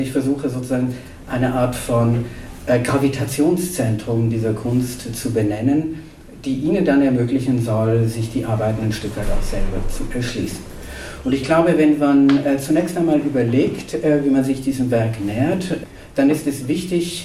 Ich versuche sozusagen eine Art von Gravitationszentrum dieser Kunst zu benennen, die ihnen dann ermöglichen soll, sich die Arbeiten ein Stück weit auch selber zu erschließen. Und ich glaube, wenn man zunächst einmal überlegt, wie man sich diesem Werk nähert, dann ist es wichtig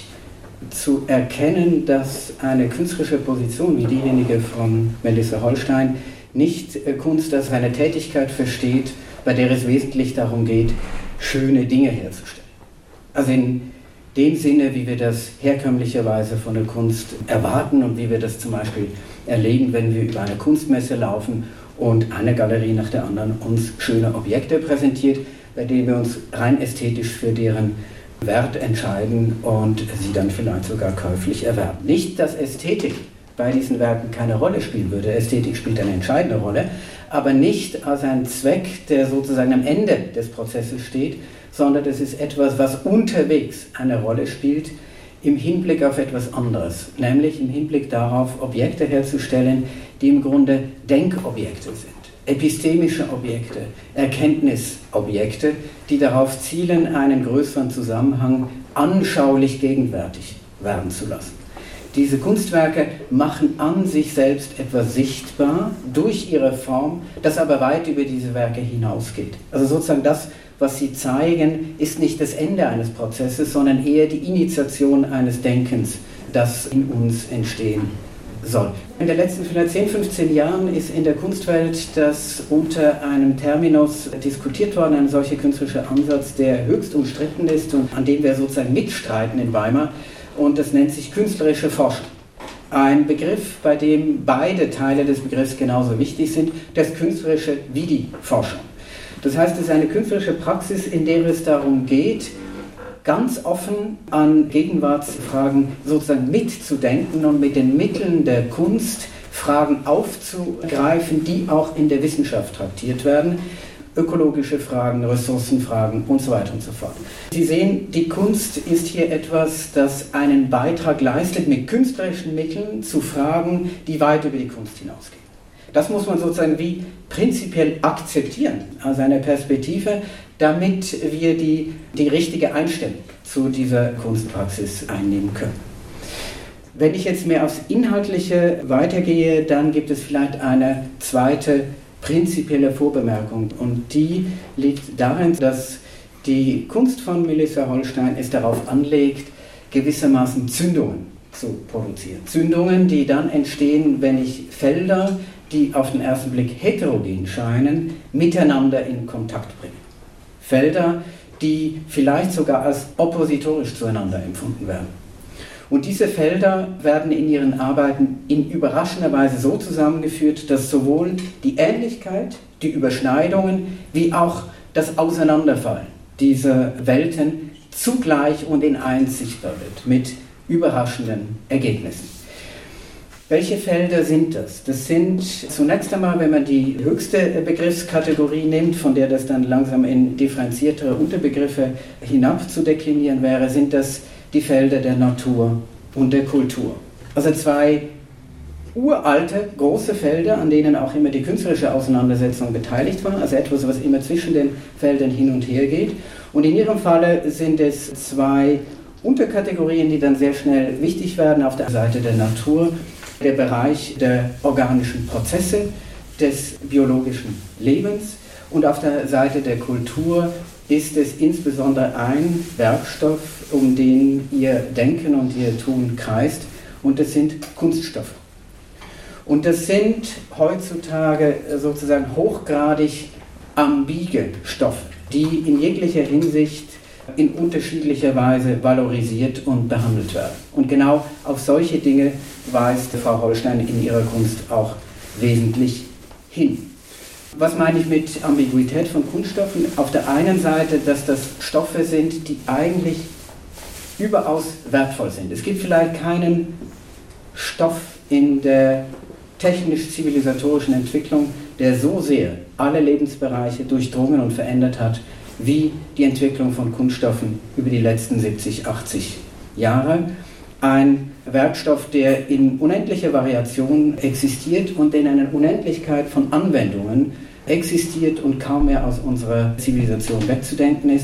zu erkennen, dass eine künstlerische Position wie diejenige von Melissa Holstein nicht Kunst als eine Tätigkeit versteht, bei der es wesentlich darum geht, schöne Dinge herzustellen. Also in dem Sinne, wie wir das herkömmlicherweise von der Kunst erwarten und wie wir das zum Beispiel erleben, wenn wir über eine Kunstmesse laufen und eine Galerie nach der anderen uns schöne Objekte präsentiert, bei denen wir uns rein ästhetisch für deren Wert entscheiden und sie dann vielleicht sogar käuflich erwerben. Nicht, dass Ästhetik bei diesen Werken keine Rolle spielen würde. Ästhetik spielt eine entscheidende Rolle, aber nicht als ein Zweck, der sozusagen am Ende des Prozesses steht, sondern das ist etwas, was unterwegs eine Rolle spielt im Hinblick auf etwas anderes, nämlich im Hinblick darauf, Objekte herzustellen, die im Grunde Denkobjekte sind, epistemische Objekte, Erkenntnisobjekte, die darauf zielen, einen größeren Zusammenhang anschaulich gegenwärtig werden zu lassen. Diese Kunstwerke machen an sich selbst etwas sichtbar durch ihre Form, das aber weit über diese Werke hinausgeht. Also sozusagen das, was sie zeigen, ist nicht das Ende eines Prozesses, sondern eher die Initiation eines Denkens, das in uns entstehen soll. In den letzten vielleicht 10, 15 Jahren ist in der Kunstwelt das unter einem Terminus diskutiert worden, ein solcher künstlerischer Ansatz, der höchst umstritten ist und an dem wir sozusagen mitstreiten in Weimar, und das nennt sich künstlerische Forschung. Ein Begriff, bei dem beide Teile des Begriffs genauso wichtig sind, das künstlerische wie die Forschung. Das heißt, es ist eine künstlerische Praxis, in der es darum geht, ganz offen an Gegenwartsfragen sozusagen mitzudenken und mit den Mitteln der Kunst Fragen aufzugreifen, die auch in der Wissenschaft traktiert werden. Ökologische Fragen, Ressourcenfragen und so weiter und so fort. Sie sehen, die Kunst ist hier etwas, das einen Beitrag leistet, mit künstlerischen Mitteln zu Fragen, die weit über die Kunst hinausgehen. Das muss man sozusagen wie prinzipiell akzeptieren, aus einer Perspektive, damit wir die richtige Einstellung zu dieser Kunstpraxis einnehmen können. Wenn ich jetzt mehr aufs Inhaltliche weitergehe, dann gibt es vielleicht eine zweite prinzipielle Vorbemerkung, und die liegt darin, dass die Kunst von Melissa Holstein es darauf anlegt, gewissermaßen Zündungen zu produzieren. Zündungen, die dann entstehen, wenn ich Felder, die auf den ersten Blick heterogen scheinen, miteinander in Kontakt bringe. Felder, die vielleicht sogar als oppositorisch zueinander empfunden werden. Und diese Felder werden in ihren Arbeiten in überraschender Weise so zusammengeführt, dass sowohl die Ähnlichkeit, die Überschneidungen, wie auch das Auseinanderfallen dieser Welten zugleich und in eins sichtbar wird, mit überraschenden Ergebnissen. Welche Felder sind das? Das sind zunächst einmal, wenn man die höchste Begriffskategorie nimmt, von der das dann langsam in differenziertere Unterbegriffe hinab zu deklinieren wäre, sind das die Felder der Natur und der Kultur. Also zwei uralte, große Felder, an denen auch immer die künstlerische Auseinandersetzung beteiligt war, also etwas, was immer zwischen den Feldern hin und her geht. Und in ihrem Falle sind es zwei Unterkategorien, die dann sehr schnell wichtig werden. Auf der Seite der Natur der Bereich der organischen Prozesse, des biologischen Lebens, und auf der Seite der Kultur ist es insbesondere ein Werkstoff, um den ihr Denken und ihr Tun kreist, und das sind Kunststoffe. Und das sind heutzutage sozusagen hochgradig ambige Stoffe, die in jeglicher Hinsicht in unterschiedlicher Weise valorisiert und behandelt werden. Und genau auf solche Dinge weist Frau Holstein in ihrer Kunst auch wesentlich hin. Was meine ich mit Ambiguität von Kunststoffen? Auf der einen Seite, dass das Stoffe sind, die eigentlich überaus wertvoll sind. Es gibt vielleicht keinen Stoff in der technisch-zivilisatorischen Entwicklung, der so sehr alle Lebensbereiche durchdrungen und verändert hat, wie die Entwicklung von Kunststoffen über die letzten 70, 80 Jahre. Ein Werkstoff, der in unendlicher Variation existiert und in einer Unendlichkeit von Anwendungen existiert und kaum mehr aus unserer Zivilisation wegzudenken ist,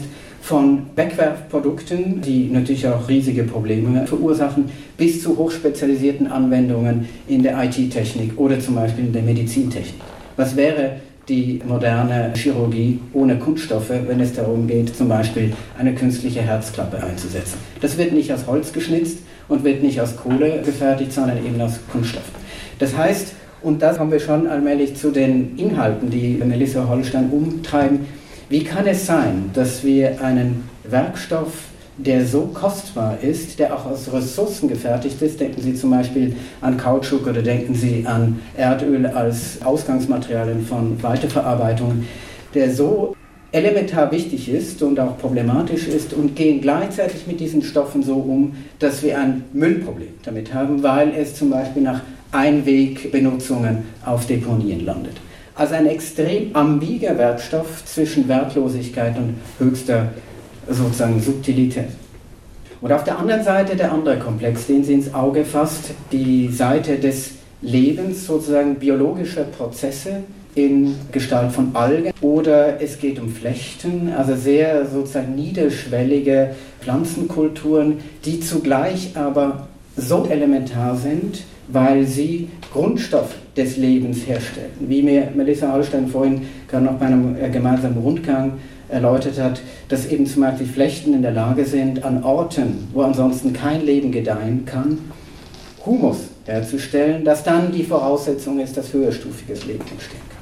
von Wegwerfprodukten, die natürlich auch riesige Probleme verursachen, bis zu hochspezialisierten Anwendungen in der IT-Technik oder zum Beispiel in der Medizintechnik. Was wäre die moderne Chirurgie ohne Kunststoffe, wenn es darum geht, zum Beispiel eine künstliche Herzklappe einzusetzen? Das wird nicht aus Holz geschnitzt und wird nicht aus Kohle gefertigt, sondern eben aus Kunststoff. Das heißt, und da kommen wir schon allmählich zu den Inhalten, die Melissa Holstein umtreiben, wie kann es sein, dass wir einen Werkstoff, der so kostbar ist, der auch aus Ressourcen gefertigt ist, denken Sie zum Beispiel an Kautschuk oder denken Sie an Erdöl als Ausgangsmaterialien von Weiterverarbeitung, der so elementar wichtig ist und auch problematisch ist und gehen gleichzeitig mit diesen Stoffen so um, dass wir ein Müllproblem damit haben, weil es zum Beispiel nach Einwegbenutzungen auf Deponien landet. Also ein extrem ambiger Werkstoff zwischen Wertlosigkeit und höchster sozusagen Subtilität. Und auf der anderen Seite der andere Komplex, den sie ins Auge fasst, die Seite des Lebens, sozusagen biologischer Prozesse in Gestalt von Algen, oder es geht um Flechten, also sehr sozusagen niederschwellige Pflanzenkulturen, die zugleich aber so elementar sind, weil sie Grundstoff des Lebens herstellen. Wie mir Melissa Holstein vorhin gerade noch bei einem gemeinsamen Rundgang erläutert hat, dass eben zum Beispiel Flechten in der Lage sind, an Orten, wo ansonsten kein Leben gedeihen kann, Humus herzustellen, das dann die Voraussetzung ist, dass höherstufiges Leben entstehen kann.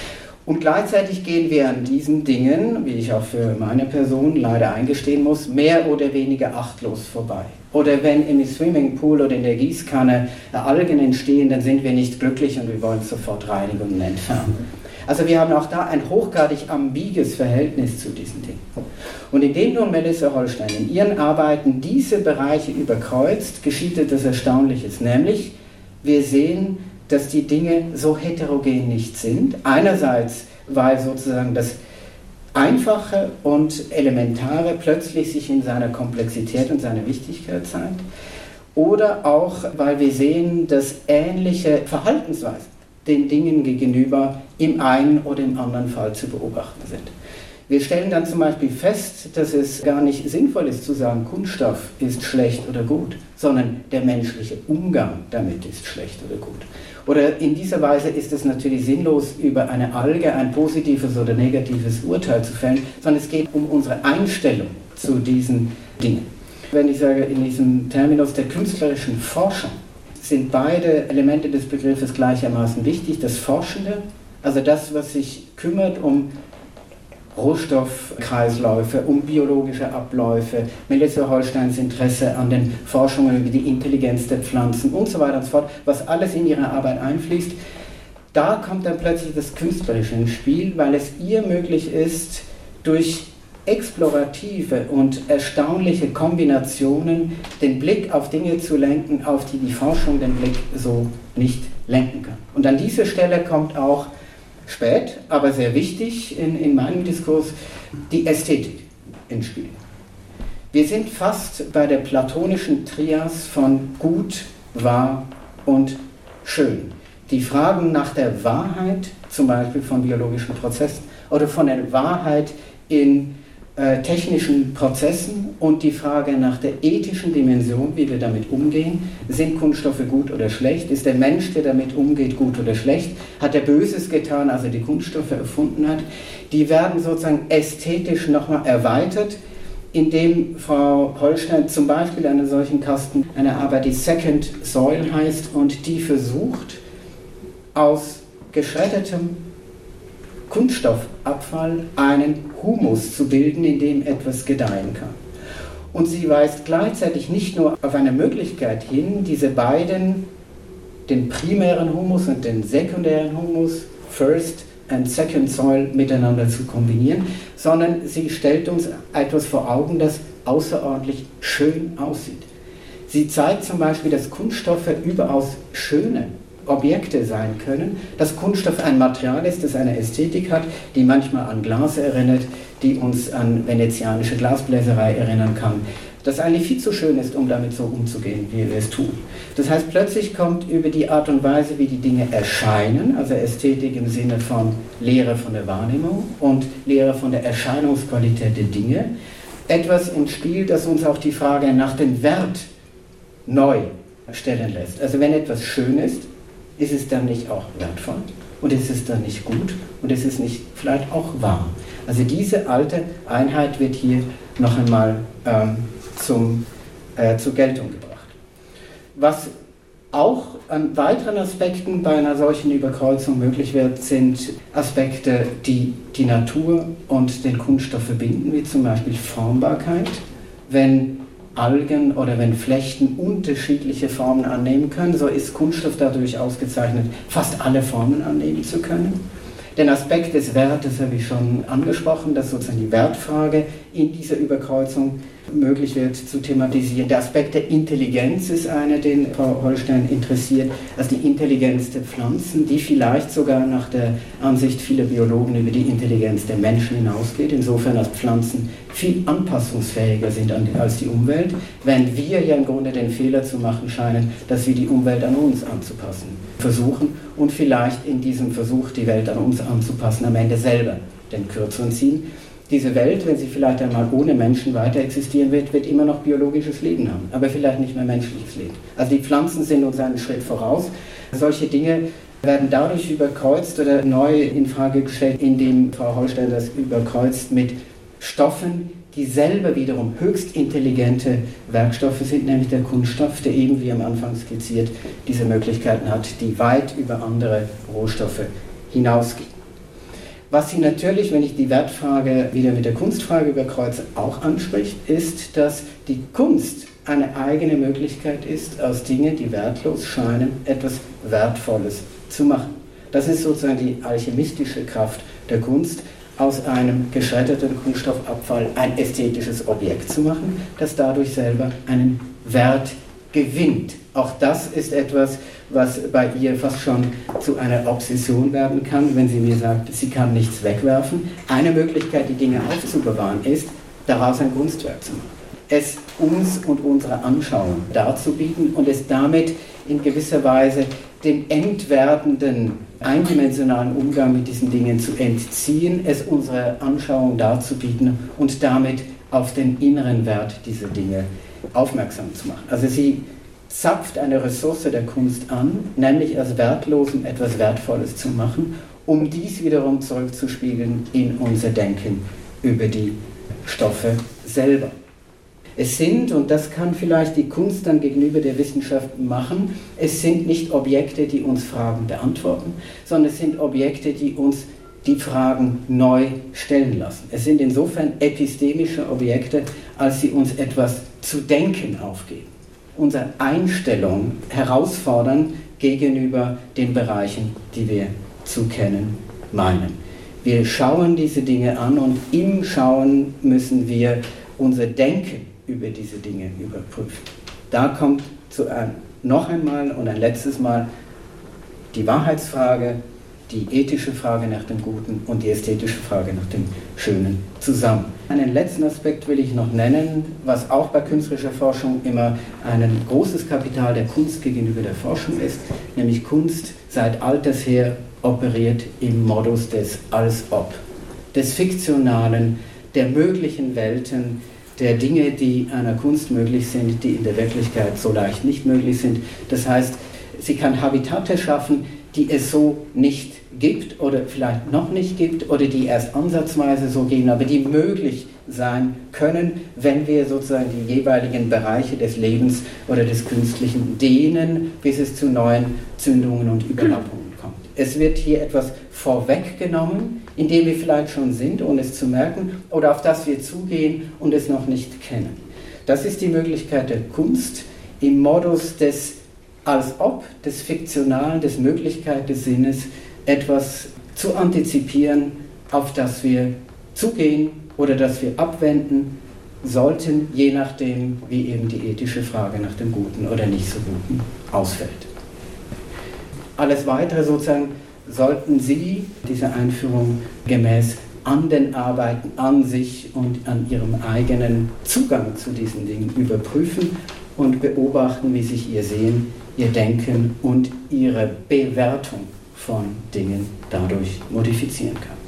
Und gleichzeitig gehen wir an diesen Dingen, wie ich auch für meine Person leider eingestehen muss, mehr oder weniger achtlos vorbei. Oder wenn im Swimmingpool oder in der Gießkanne Algen entstehen, dann sind wir nicht glücklich und wir wollen sofort reinigen und entfernen. Also wir haben auch da ein hochgradig ambiges Verhältnis zu diesen Dingen. Und indem nun Melissa Holstein in ihren Arbeiten diese Bereiche überkreuzt, geschieht etwas Erstaunliches, nämlich wir sehen, dass die Dinge so heterogen nicht sind. Einerseits, weil sozusagen das Einfache und Elementare plötzlich sich in seiner Komplexität und seiner Wichtigkeit zeigt. Oder auch, weil wir sehen, dass ähnliche Verhaltensweisen den Dingen gegenüber im einen oder im anderen Fall zu beobachten sind. Wir stellen dann zum Beispiel fest, dass es gar nicht sinnvoll ist zu sagen, Kunststoff ist schlecht oder gut, sondern der menschliche Umgang damit ist schlecht oder gut. Oder in dieser Weise ist es natürlich sinnlos, über eine Alge ein positives oder negatives Urteil zu fällen, sondern es geht um unsere Einstellung zu diesen Dingen. Wenn ich sage, in diesem Terminus der künstlerischen Forschung sind beide Elemente des Begriffes gleichermaßen wichtig. Das Forschende, also das, was sich kümmert um Rohstoffkreisläufe, um biologische Abläufe, Melissa Holsteins Interesse an den Forschungen über die Intelligenz der Pflanzen und so weiter und so fort, was alles in ihre Arbeit einfließt, da kommt dann plötzlich das Künstlerische ins Spiel, weil es ihr möglich ist, durch explorative und erstaunliche Kombinationen den Blick auf Dinge zu lenken, auf die die Forschung den Blick so nicht lenken kann. Und an dieser Stelle kommt auch spät, aber sehr wichtig in meinem Diskurs, die Ästhetik ins Spiel. Wir sind fast bei der platonischen Trias von gut, wahr und schön. Die Fragen nach der Wahrheit, zum Beispiel von biologischen Prozessen, oder von der Wahrheit in technischen Prozessen und die Frage nach der ethischen Dimension, wie wir damit umgehen. Sind Kunststoffe gut oder schlecht? Ist der Mensch, der damit umgeht, gut oder schlecht? Hat er Böses getan, als er die Kunststoffe erfunden hat? Die werden sozusagen ästhetisch nochmal erweitert, indem Frau Holstein zum Beispiel einen solchen Kasten, eine Arbeit, die Second Soil heißt und die versucht, aus geschreddertem Kunststoffabfall einen Humus zu bilden, in dem etwas gedeihen kann. Und sie weist gleichzeitig nicht nur auf eine Möglichkeit hin, diese beiden, den primären Humus und den sekundären Humus, First and Second Soil, miteinander zu kombinieren, sondern sie stellt uns etwas vor Augen, das außerordentlich schön aussieht. Sie zeigt zum Beispiel, dass Kunststoffe überaus schöne Objekte sein können, dass Kunststoff ein Material ist, das eine Ästhetik hat, die manchmal an Glas erinnert, die uns an venezianische Glasbläserei erinnern kann, das eigentlich viel zu schön ist, um damit so umzugehen, wie wir es tun. Das heißt, plötzlich kommt über die Art und Weise, wie die Dinge erscheinen, also Ästhetik im Sinne von Lehre von der Wahrnehmung und Lehre von der Erscheinungsqualität der Dinge, etwas ins Spiel, das uns auch die Frage nach dem Wert neu stellen lässt. Also wenn etwas schön ist es dann nicht auch wertvoll? Und ist es dann nicht gut? Und ist es nicht vielleicht auch wahr? Also diese alte Einheit wird hier noch einmal zur Geltung gebracht. Was auch an weiteren Aspekten bei einer solchen Überkreuzung möglich wird, sind Aspekte, die die Natur und den Kunststoff verbinden, wie zum Beispiel Formbarkeit. Wenn Algen oder wenn Flechten unterschiedliche Formen annehmen können, so ist Kunststoff dadurch ausgezeichnet, fast alle Formen annehmen zu können. Den Aspekt des Wertes habe ich schon angesprochen, dass sozusagen die Wertfrage in dieser Überkreuzung möglich wird zu thematisieren. Der Aspekt der Intelligenz ist einer, den Frau Holstein interessiert, also die Intelligenz der Pflanzen, die vielleicht sogar nach der Ansicht vieler Biologen über die Intelligenz der Menschen hinausgeht, insofern als Pflanzen viel anpassungsfähiger sind als die Umwelt, während wir ja im Grunde den Fehler zu machen scheinen, dass wir die Umwelt an uns anzupassen versuchen und vielleicht in diesem Versuch, die Welt an uns anzupassen, am Ende selber den Kürzeren ziehen. Diese Welt, wenn sie vielleicht einmal ohne Menschen weiter existieren wird, wird immer noch biologisches Leben haben, aber vielleicht nicht mehr menschliches Leben. Also die Pflanzen sind uns einen Schritt voraus. Solche Dinge werden dadurch überkreuzt oder neu in Frage gestellt, indem Frau Holstein das überkreuzt mit Stoffen, die selber wiederum höchst intelligente Werkstoffe sind, nämlich der Kunststoff, der eben, wie am Anfang skizziert, diese Möglichkeiten hat, die weit über andere Rohstoffe hinausgehen. Was sie natürlich, wenn ich die Wertfrage wieder mit der Kunstfrage überkreuze, auch anspricht, ist, dass die Kunst eine eigene Möglichkeit ist, aus Dingen, die wertlos scheinen, etwas Wertvolles zu machen. Das ist sozusagen die alchemistische Kraft der Kunst, aus einem geschredderten Kunststoffabfall ein ästhetisches Objekt zu machen, das dadurch selber einen Wert gewinnt. Auch das ist etwas, was bei ihr fast schon zu einer Obsession werden kann, wenn sie mir sagt, sie kann nichts wegwerfen. Eine Möglichkeit, die Dinge aufzubewahren, ist, daraus ein Kunstwerk zu machen. Es uns und unserer Anschauung darzubieten und es damit in gewisser Weise dem entwerdenden, eindimensionalen Umgang mit diesen Dingen zu entziehen, es unserer Anschauung darzubieten und damit auf den inneren Wert dieser Dinge aufmerksam zu machen. Also sie zapft eine Ressource der Kunst an, nämlich aus Wertlosem etwas Wertvolles zu machen, um dies wiederum zurückzuspiegeln in unser Denken über die Stoffe selber. Es sind, und das kann vielleicht die Kunst dann gegenüber der Wissenschaft machen, es sind nicht Objekte, die uns Fragen beantworten, sondern es sind Objekte, die uns die Fragen neu stellen lassen. Es sind insofern epistemische Objekte, als sie uns etwas zu denken aufgeben, unsere Einstellung herausfordern gegenüber den Bereichen, die wir zu kennen meinen. Wir schauen diese Dinge an und im Schauen müssen wir unser Denken über diese Dinge überprüfen. Da kommt noch einmal und ein letztes Mal die Wahrheitsfrage, die ethische Frage nach dem Guten und die ästhetische Frage nach dem Schönen zusammen. Einen letzten Aspekt will ich noch nennen, was auch bei künstlerischer Forschung immer ein großes Kapital der Kunst gegenüber der Forschung ist, nämlich Kunst seit alters her operiert im Modus des Als-Ob, des Fiktionalen, der möglichen Welten, der Dinge, die einer Kunst möglich sind, die in der Wirklichkeit so leicht nicht möglich sind. Das heißt, sie kann Habitate schaffen, die es so nicht gibt oder vielleicht noch nicht gibt oder die erst ansatzweise so gehen, aber die möglich sein können, wenn wir sozusagen die jeweiligen Bereiche des Lebens oder des Künstlichen dehnen, bis es zu neuen Zündungen und Überlappungen kommt. Es wird hier etwas vorweggenommen, in dem wir vielleicht schon sind, ohne es zu merken, oder auf das wir zugehen und es noch nicht kennen. Das ist die Möglichkeit der Kunst im Modus des Als-Ob, des Fiktionalen, des Möglichkeit des Sinnes, etwas zu antizipieren, auf das wir zugehen oder das wir abwenden sollten, je nachdem, wie eben die ethische Frage nach dem Guten oder nicht so Guten ausfällt. Alles Weitere sozusagen sollten Sie, diese Einführung gemäß, an den Arbeiten an sich und an Ihrem eigenen Zugang zu diesen Dingen überprüfen und beobachten, wie sich Ihr Sehen, Ihr Denken und Ihre Bewertung von Dingen dadurch modifizieren kann.